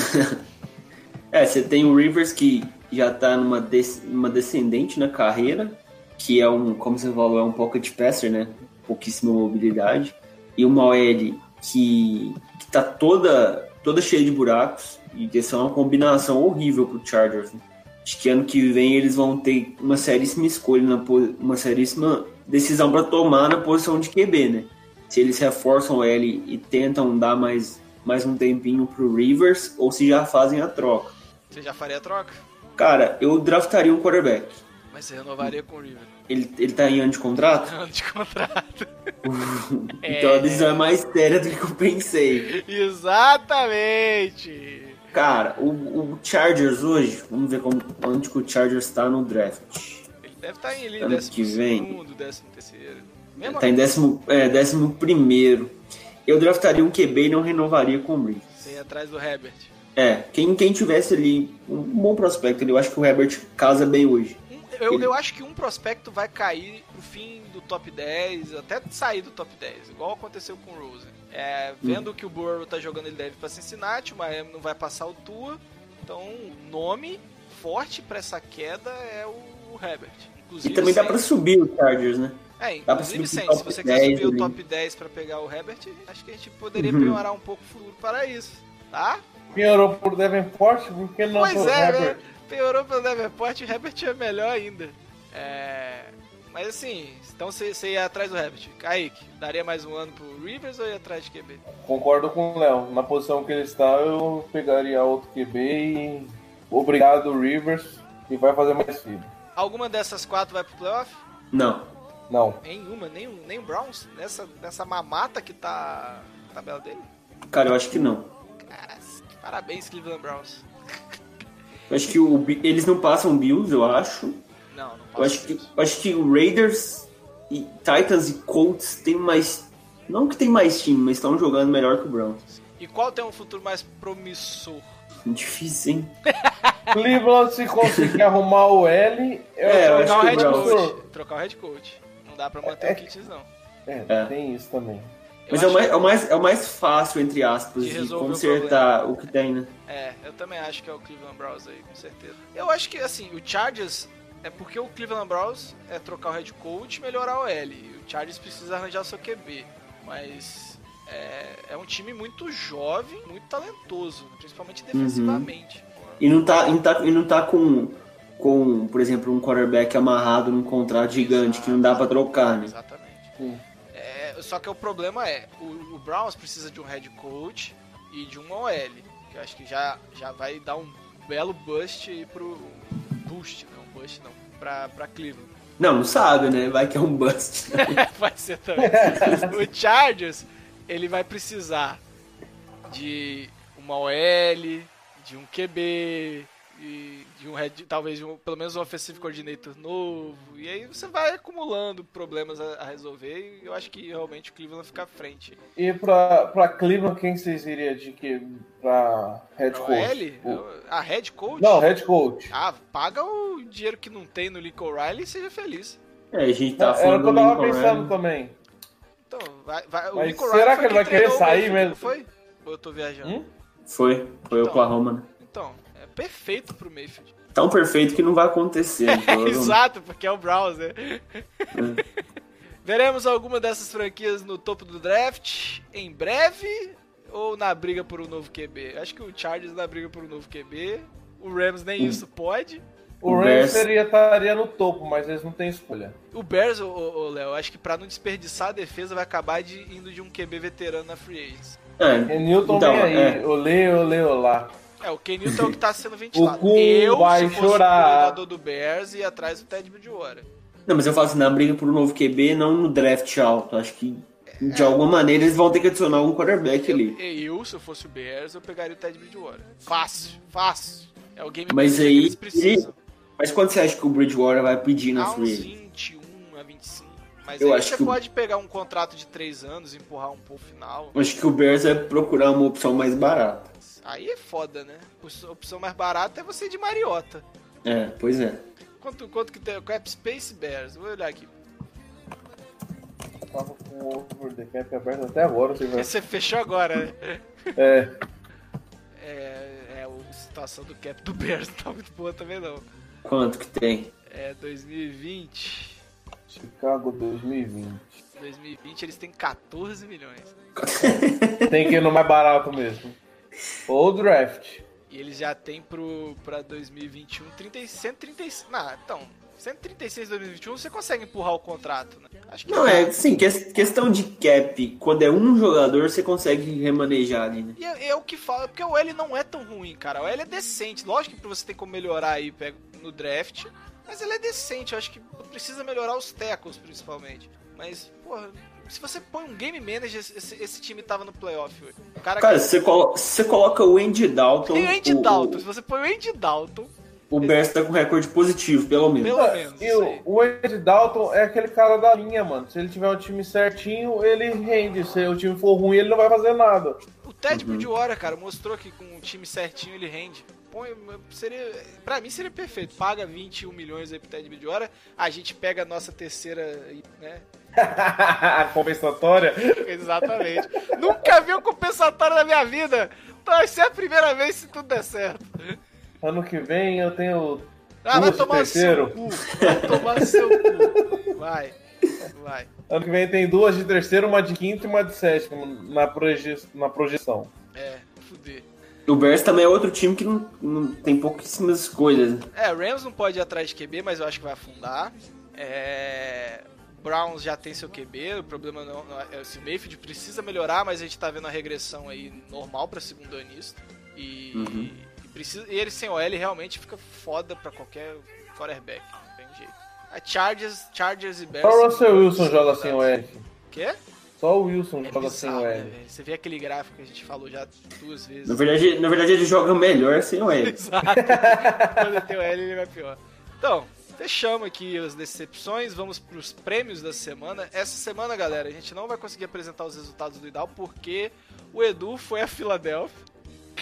Você tem o Rivers que já tá numa descendente na carreira, que é como você falou, é um pocket passer, né? Pouquíssima mobilidade. E uma OL que tá toda cheia de buracos, e que essa é uma combinação horrível pro Chargers, né? Acho que ano que vem eles vão ter uma seríssima escolha, uma seríssima decisão para tomar na posição de QB, né? Se eles reforçam ele e tentam dar mais um tempinho pro Rivers, ou se já fazem a troca. Você já faria a troca? Cara, eu draftaria um quarterback. Mas você renovaria com o Rivers? Ele tá em ano de contrato? Ano de contrato. Então a decisão é mais séria do que eu pensei. Exatamente! Cara, o Chargers hoje, vamos ver onde que o Chargers tá no draft. Ele deve estar ali, Ano que vem. 12º, 13º. Tá em 11º. Eu draftaria um QB e não renovaria com o Brees. Sem ir atrás do Herbert. Quem tivesse ali um bom prospecto ali, eu acho que o Herbert casa bem hoje. Eu acho que um prospecto vai cair pro fim do top 10, até sair do top 10, igual aconteceu com o Rosen. Vendo que o Burrow tá jogando, ele deve ir pra Cincinnati, o Miami não vai passar o Tua, então o nome forte pra essa queda é o Herbert. Inclusive, e também dá pra subir o Chargers, né? Inclusive, se você quer subir o top 10 pra pegar o Herbert, acho que a gente poderia piorar um pouco o futuro para isso, tá? Piorou por Davenport? Por que não pois por é, Herbert? né? Piorou pelo Davenport e o Herbert é melhor ainda. Mas assim, então você ia atrás do Herbert. Kaique, daria mais um ano pro Rivers ou ia atrás de QB? Concordo com o Léo. Na posição que ele está, eu pegaria outro QB e... Obrigado, Rivers, e vai fazer mais filho. Alguma dessas 4 vai pro playoff? Não. Nenhuma, nem o Browns? Nessa mamata que tá a tabela dele? Cara, eu acho que não. Cara, parabéns, Cleveland Browns. Eu acho que eles não passam Bills, eu acho. Não eu acho que o Raiders e Titans e Colts tem mais... Não que tem mais time, mas estão jogando melhor que o Browns. E qual tem um futuro mais promissor? Difícil, hein? Cleveland, se conseguir arrumar o L... Trocar o head coach. Não dá pra manter o Kitts, não. Tem isso também. Mas é o mais fácil, entre aspas, de consertar o que tem, né? Eu também acho que é o Cleveland Browns aí, com certeza. Eu acho que, assim, o Chargers é porque o Cleveland Browns é trocar o head coach e melhorar o L. E o Chargers precisa arranjar o seu QB. Mas é um time muito jovem, muito talentoso, principalmente defensivamente. E não tá com, por exemplo, um quarterback amarrado num contrato gigante que não dá pra trocar, né? Exatamente. Só que o problema o Browns precisa de um head coach e de um OL, que eu acho que já vai dar um belo boost pro... pra Cleveland. Não sabe, né? Vai que é um bust. Vai ser também. O Chargers, ele vai precisar de uma OL, de um QB, de um talvez pelo menos um offensive coordinator novo, e aí você vai acumulando problemas a resolver, e eu acho que realmente o Cleveland fica à frente. E pra Cleveland, quem vocês iriam de que pra head coach? Head coach? Não, head coach. Paga o dinheiro que não tem no Lincoln Riley e seja feliz. A gente tá falando. Era o que eu tava pensando também. Então, o Mas Lincoln será Riley que ele vai querer sair mesmo? Foi? Ou eu tô viajando? Foi então, Oklahoma, né? Então, é perfeito pro Mayfield. Tão perfeito que não vai acontecer. Exato, porque é o Browns, né? Veremos alguma dessas franquias no topo do draft em breve ou na briga por um novo QB? Acho que o Chargers na briga por um novo QB, o Rams nem isso pode. O Rams estaria no topo, mas eles não têm escolha. O Bears, Léo, acho que pra não desperdiçar a defesa vai acabar indo de um QB veterano na Free Agents. Kenilton então, vem aí, olê, olá. O Kenilton é o que tá sendo ventilado. Eu, se fosse o jogador do Bears, ia atrás do Ted Bridgewater. Não, mas eu falo assim, na briga por um novo QB, não no draft alto. Acho que, de alguma maneira, eles vão ter que adicionar um quarterback ali. Se eu fosse o Bears, eu pegaria o Ted Bridgewater. Fácil. É o game mas que aí, eles precisam. Mas quanto você acha que o Bridgewater vai pedir na Free Agents? 21 a 25. Mas eu aí acho você que pode pegar um contrato de 3 anos e empurrar um pouco final. Acho que o Bears vai procurar uma opção mais barata. Aí é foda, né? A opção mais barata é você ir de Mariota. Pois é. Quanto que tem o Cap Space Bears? Vou olhar aqui. Tava com o over the cap aberto até agora. Você fechou agora, né? A situação do cap do Bears não tá muito boa também, não. Quanto que tem? 2020. Chicago 2020. 2020 eles têm 14 milhões. Tem que ir no mais barato mesmo. Ou draft. E eles já tem pra 2021 136. Então, 136 em 2021 você consegue empurrar o contrato, né? Acho que não, sim, questão de cap, quando é um jogador, você consegue remanejar ali, né? E é o que fala, porque o L não é tão ruim, cara. O L é decente. Lógico que você tem como melhorar aí no draft, mas ele é decente. Eu acho que precisa melhorar os tackles, principalmente. Mas, porra, Se você põe um game manager, esse time tava no playoff hoje. Cara, você coloca o Andy Dalton. Tem o Andy Dalton. Se você põe o Andy Dalton, o Bears tá com recorde positivo, pelo menos. Pelo menos. E o Andy Dalton é aquele cara da linha, mano. Se ele tiver um time certinho, ele rende. Se o time for ruim, ele não vai fazer nada. O Ted Bridgewater, cara, mostrou que com um time certinho ele rende. Pra mim seria perfeito. Paga 21 milhões aí pro Ted Bridgewater. A gente pega a nossa terceira, né? Compensatória? Exatamente. Nunca vi um compensatório na minha vida. Então vai ser a primeira vez se tudo der certo. Ano que vem eu tenho vai duas de tomar terceiro. no seu cu. Vai tomar no seu cu. Vai. Ano que vem tem 2 de terceiro, uma de quinto e uma de sétimo na projeção. Fuder. O Bears também é outro time que não tem pouquíssimas coisas. O Rams não pode ir atrás de QB, mas eu acho que vai afundar. Browns já tem seu QB, o problema não é o Mayfield precisa melhorar, mas a gente tá vendo a regressão aí normal pra segundo anista. E ele sem OL realmente fica foda pra qualquer quarterback, não tem jeito. A Chargers e Bears... Só o Russell Wilson joga sem OL. Quê? Só o Wilson joga sem OL. Né, você vê aquele gráfico que a gente falou já 2 vezes. Na verdade ele joga melhor sem OL. Exato. Quando tem OL ele vai pior. Então, fechamos aqui as decepções, vamos pros prêmios da semana. Essa semana, galera, a gente não vai conseguir apresentar os resultados do Idal porque o Edu foi a Filadélfia.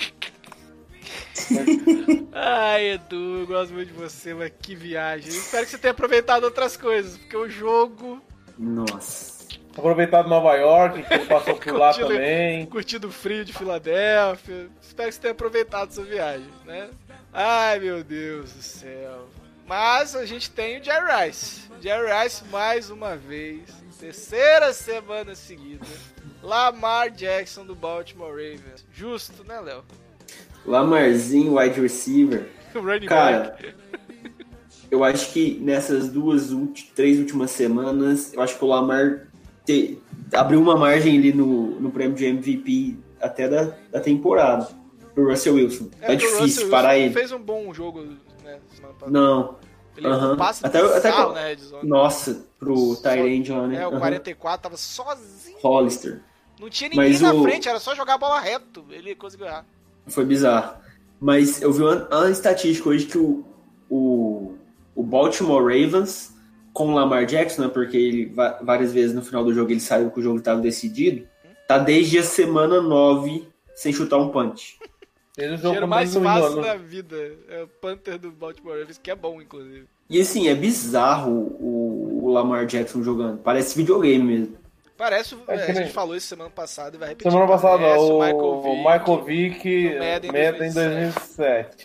Ai, Edu, eu gosto muito de você, mas que viagem. Eu espero que você tenha aproveitado outras coisas, porque o jogo... Nossa. Aproveitado Nova York, que ele passou por lá também. Curtido o frio de Filadélfia. Espero que você tenha aproveitado sua viagem, né? Ai, meu Deus do céu. Mas a gente tem o Jerry Rice. Jerry Rice mais uma vez. Terceira semana seguida. Lamar Jackson do Baltimore Ravens. Justo, né, Léo? Lamarzinho, wide receiver. Running Cara, back. Eu acho que nessas 3 últimas semanas, eu acho que o Lamar abriu uma margem ali no prêmio de MVP até da temporada pro Russell Wilson. Tá difícil parar ele. Ele fez um bom jogo, né, semana passada. Não. Ele passa até bizarro na Red Zone. Nossa, pro Tyrande lá, né? O 44 tava sozinho. Hollister. Não tinha ninguém na frente, era só jogar a bola reto. Ele conseguiu errar. Foi bizarro. Mas eu vi uma estatística hoje que o Baltimore Ravens, com o Lamar Jackson, né, porque ele várias vezes no final do jogo ele saiu que o jogo estava decidido, tá desde a semana 9 sem chutar um punch. O jogo mais fácil da vida é o punter do Baltimore Ravens, que é bom, inclusive. E assim, é bizarro o Lamar Jackson jogando. Parece videogame mesmo. Parece, a gente falou isso semana passada e vai repetir. Semana passada, o Michael Vick Madden em 2007.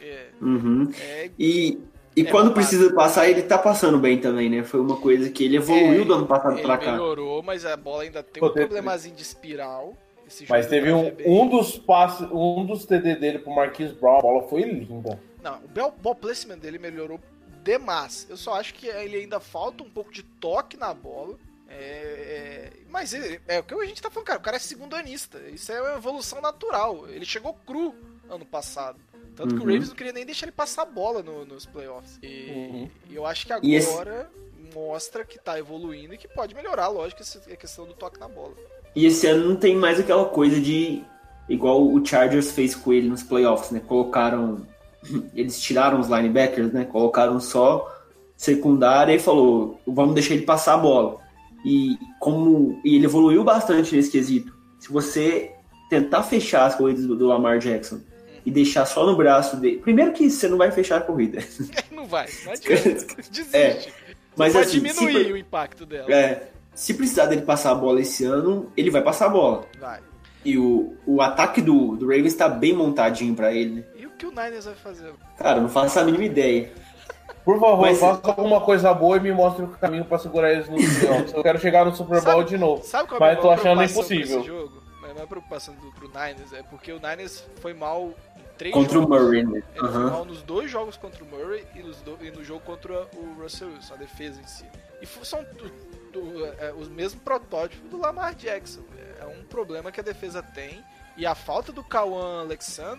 E quando precisa passar, ele tá passando bem também, né? Foi uma coisa que ele evoluiu do ano passado pra cá. Ele melhorou, mas a bola ainda tem um problemazinho de espiral. Mas teve um dos TD dele pro Marquise Brown, a bola foi linda. Não, o ball placement dele melhorou demais. Eu só acho que ele ainda falta um pouco de toque na bola. Mas é o que a gente tá falando, cara. O cara é segundo anista. Isso é uma evolução natural. Ele chegou cru ano passado. Tanto que o Ravens não queria nem deixar ele passar a bola nos playoffs. E eu acho que agora mostra que tá evoluindo e que pode melhorar, lógico, a questão do toque na bola. E esse ano não tem mais aquela coisa de... Igual o Chargers fez com ele nos playoffs, né? Eles tiraram os linebackers, né? Colocaram só secundária e falou, vamos deixar ele passar a bola. E ele evoluiu bastante nesse quesito. Se você tentar fechar as corridas do Lamar Jackson e deixar só no braço dele... Primeiro que você não vai fechar a corrida. Não adianta. Desiste. Mas pode assim, diminuir o impacto dela. Se precisar dele passar a bola esse ano, ele vai passar a bola. Vai. E o ataque do Ravens tá bem montadinho pra ele, né? E o que o Niners vai fazer? Cara, não faço a mínima ideia. Por favor, faça alguma coisa boa e me mostre o caminho pra segurar eles no playoffs. Eu quero chegar no Super Bowl de novo. Sabe qual mas tô achando impossível. Jogo? A maior preocupação pro Niners é porque o Niners foi mal em 3 contra jogos. O Murray, né? Ele foi mal nos 2 jogos contra o Murray e no jogo contra o Russell Wilson, a defesa em si. E são os mesmos protótipos do Lamar Jackson. É um problema que a defesa tem. E a falta do Kawan Alexander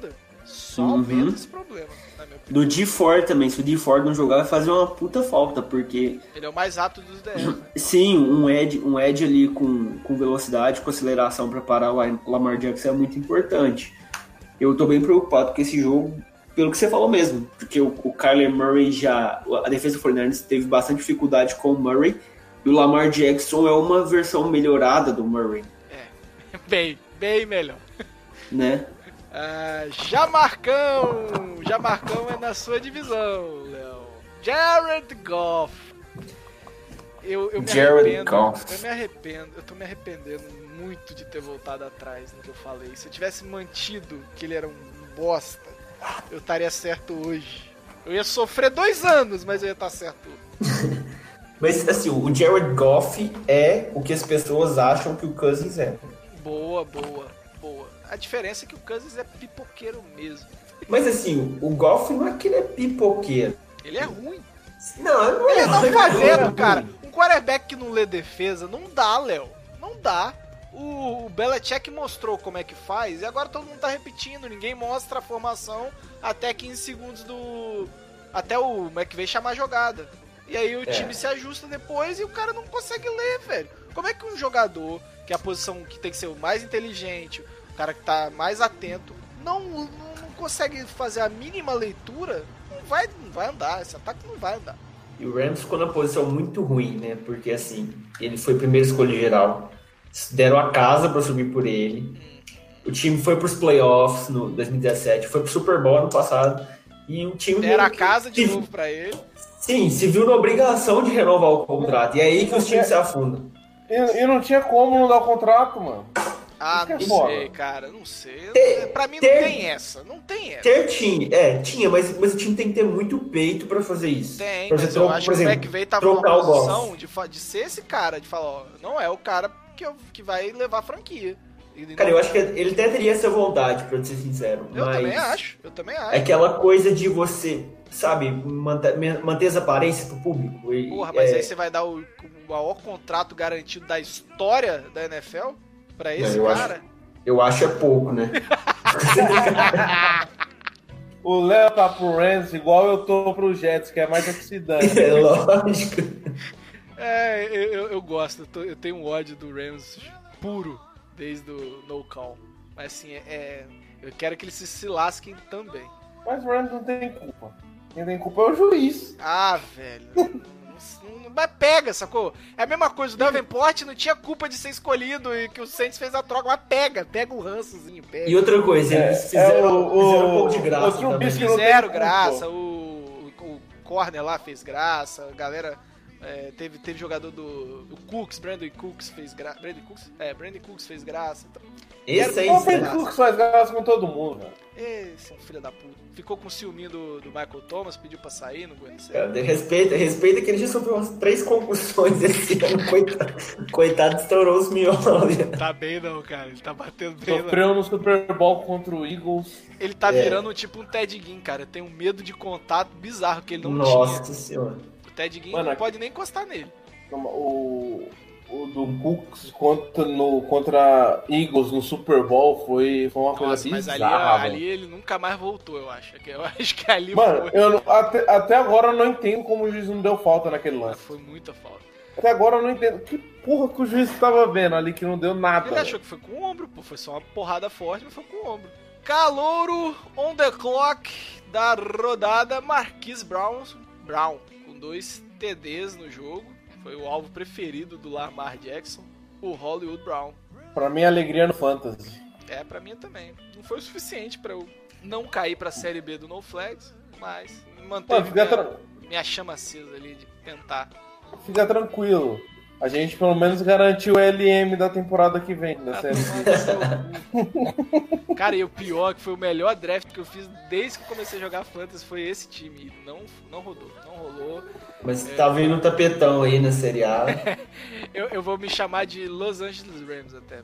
Só aumenta esse problema, na minha opinião. Do D4 também, se o D4 não jogar, vai fazer uma puta falta, porque... Ele é o mais rápido dos DL, né? Sim, um edge ali com velocidade, com aceleração para parar o Lamar Jackson é muito importante. Eu tô bem preocupado com esse jogo, pelo que você falou mesmo, porque o Kyler Murray a defesa do 49ers teve bastante dificuldade com o Murray, e o Lamar Jackson é uma versão melhorada do Murray. Bem melhor. Né? Jamarcão é na sua divisão, Léo. Jared Goff. Eu tô me arrependendo muito de ter voltado atrás no que eu falei. Se eu tivesse mantido que ele era um bosta, eu estaria certo hoje. Eu ia sofrer 2 anos, mas eu ia estar certo. Mas assim, o Jared Goff é o que as pessoas acham que o Cousins é. Boa. A diferença é que o Cousins é pipoqueiro mesmo. Mas assim, o Goff não é que ele é pipoqueiro. Ele é ruim. Não Ele é. não fazendo, cara. Um quarterback que não lê defesa, não dá, Léo. Não dá. O Belichick mostrou como é que faz e agora todo mundo tá repetindo. Ninguém mostra a formação até 15 segundos até o McVay chamar a jogada. E aí o time se ajusta depois e o cara não consegue ler, velho. Como é que um jogador, que é a posição que tem que ser o mais inteligente, o cara que tá mais atento, não consegue fazer a mínima leitura? Não vai andar, esse ataque não vai andar. E o Rams ficou na posição muito ruim, né? Porque assim, ele foi primeira escolha geral. Deram a casa pra subir por ele. O time foi pros playoffs no 2017, foi pro Super Bowl ano passado. E o time... Deram a casa de novo pra ele. Sim, se viu na obrigação de renovar o contrato. E é aí que os times se afundam. E não tinha como não dar o contrato, mano. Não sei, cara, não sei. Pra mim não tem essa. Tinha, mas o time tem que ter muito peito pra fazer isso. Tem, pra mas eu acho que o McVay tava numa posição de ser esse cara, de falar, ó, não é o cara que vai levar a franquia. Cara, eu acho que ele até teria essa vontade, pra ser sincero. Eu mas também acho. É aquela coisa de você, sabe, manter as aparências pro público. Porra, mas aí você vai dar o maior contrato garantido da história da NFL pra esse cara? Eu acho é pouco, né? O Léo tá pro Rams igual eu tô pro Jets, que é mais oxidante. É lógico. Eu gosto. Eu tenho um ódio do Rams puro desde o No Call. Mas assim, eu quero que eles se lasquem também. Mas o Rams não tem culpa. Quem tem culpa é o juiz. Ah, velho. Mas pega, sacou? É a mesma coisa, o Davenport não tinha culpa de ser escolhido e que o Saints fez a troca, mas pega o rançozinho, pega. E outra coisa, eles fizeram um pouco de graça também. Fizeram graça, o Corner lá fez graça, a galera... teve jogador do Cooks, Brandon Cooks fez graça. Brandon Cooks fez graça. Então, esse aí, o Brandon Cooks faz graça com todo mundo, velho. Esse é um filho da puta. Ficou com ciúminho do Michael Thomas, pediu pra sair, não aguenta sair. Respeita que ele já sofreu umas 3 concussões esse ano, coitado, estourou os miolos. Tá bem não, cara, ele tá batendo bem. Sofreu no Super Bowl contra o Eagles. Ele tá virando tipo um Ted Ginn, cara, tem um medo de contato bizarro que ele não tinha. Nossa senhora. O Ted Ginn não pode nem encostar nele. O do Cooks contra Eagles no Super Bowl foi uma coisa bizarra. Mas ali ele nunca mais voltou, eu acho. Eu acho que ali mano, foi. Até agora eu não entendo como o juiz não deu falta naquele lance. Foi muita falta. Até agora eu não entendo. Que porra que o juiz tava vendo ali que não deu nada? Ele achou que foi com o ombro, pô. Foi só uma porrada forte, mas foi com o ombro. Calouro on the clock da rodada, Marquise Brown, com 2 TDs no jogo. Foi o alvo preferido do Lamar Jackson, o Hollywood Brown. Pra mim, alegria no Fantasy. Pra mim também. Não foi o suficiente pra eu não cair pra Série B do No Flags, mas manteve minha chama acesa ali de tentar. Fica tranquilo. A gente pelo menos garantiu o LM da temporada que vem da Série B. Cara, e o pior que foi o melhor draft que eu fiz desde que eu comecei a jogar Fantasy foi esse time. E não rolou. Mas tá vindo um tapetão aí na Série A. eu vou me chamar de Los Angeles Rams até.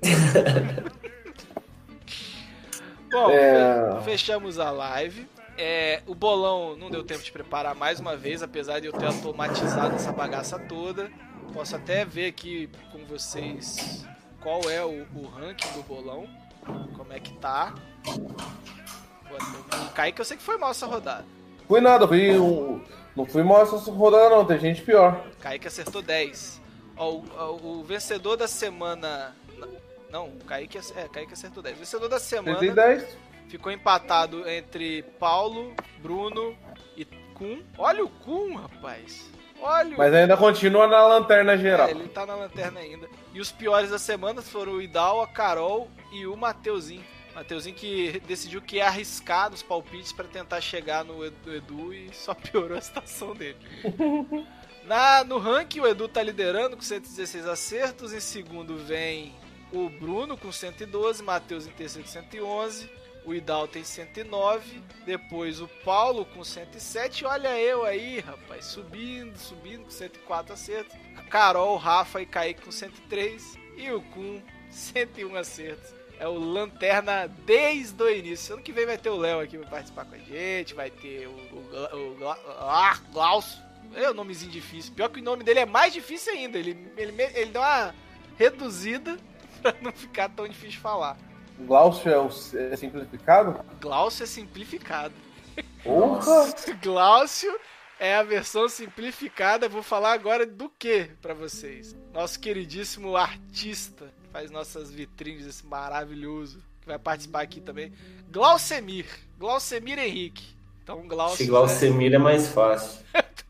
Bom, fechamos a live. O bolão não deu tempo de preparar mais uma vez, apesar de eu ter automatizado essa bagaça toda. Posso até ver aqui com vocês qual é o ranking do bolão, como é que tá. O Kaique eu sei que foi mal essa rodada. Fui nada, não fui mal essa rodada não, tem gente pior. O Kaique acertou 10. Ó, o vencedor da semana... Não, o Kaique acertou 10. O vencedor da semana 10. Ficou empatado entre Paulo, Bruno e Kun. Olha o Kun, rapaz. Olha. Mas ainda continua na lanterna geral. Ele tá na lanterna ainda. E os piores da semana foram o Idal, a Carol e o Mateuzinho. Mateuzinho que decidiu que ia arriscar nos palpites pra tentar chegar no Edu e só piorou a situação dele. No ranking, o Edu tá liderando com 116 acertos. Em segundo vem o Bruno com 112, Matheus em terceiro com 111. O Idal tem 109, depois o Paulo com 107, olha eu aí, rapaz, subindo com 104 acertos. A Carol, Rafa e Kaique com 103 e o Kun 101 acertos. É o Lanterna desde o início. Ano que vem vai ter o Léo aqui pra participar com a gente, vai ter o Glaucio. É um nomezinho difícil, pior que o nome dele é mais difícil ainda, ele dá uma reduzida pra não ficar tão difícil de falar. Glaucio é simplificado? Glaucio é simplificado. Porra! Glaucio é a versão simplificada. Vou falar agora do que pra vocês? Nosso queridíssimo artista, que faz nossas vitrines, esse maravilhoso, que vai participar aqui também. Glaucemir Henrique. Então, Glaucio. Esse Glaucemir é mais fácil.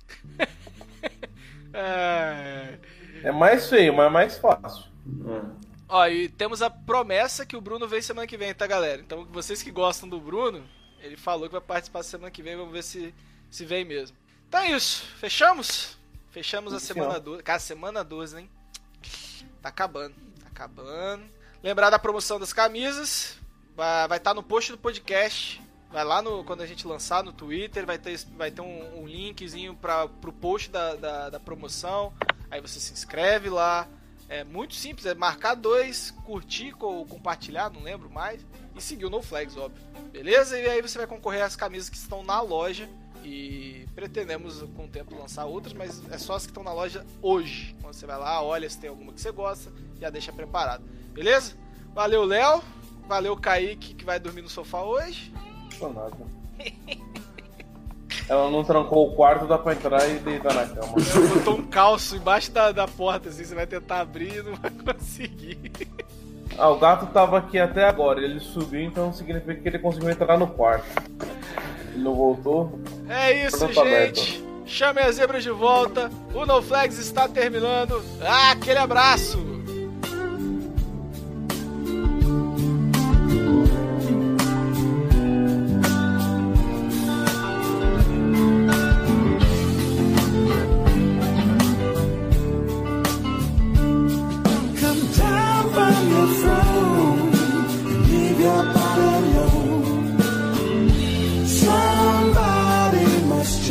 É mais feio, mas é mais fácil. Ó, e temos a promessa que o Bruno vem semana que vem, tá, galera? Então, vocês que gostam do Bruno, ele falou que vai participar semana que vem, vamos ver se vem mesmo. Então é isso, fechamos? Fechamos a semana 12. Cara, semana 12, hein? Tá acabando. Lembrar da promoção das camisas, vai estar no post do podcast. Vai lá quando a gente lançar no Twitter, vai ter um linkzinho pro post da promoção. Aí você se inscreve lá. É muito simples, é marcar 2, curtir ou compartilhar, não lembro mais, e seguir o NoFlags, óbvio. Beleza? E aí você vai concorrer às camisas que estão na loja e pretendemos com o tempo lançar outras, mas é só as que estão na loja hoje. Então você vai lá, olha se tem alguma que você gosta, já deixa preparado. Beleza? Valeu, Léo. Valeu, Kaique, que vai dormir no sofá hoje. Não nada. Ela não trancou o quarto, dá pra entrar e deitar na cama. Ela botou um calço embaixo da porta, assim, você vai tentar abrir e não vai conseguir. O gato tava aqui até agora, ele subiu, então significa que ele conseguiu entrar no quarto. Ele não voltou. É isso, gente. Chame as zebras de volta. O NoFlags está terminando. Aquele abraço.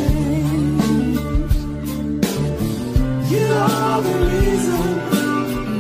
You are the reason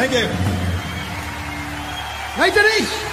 Thank you. Hey, Denise!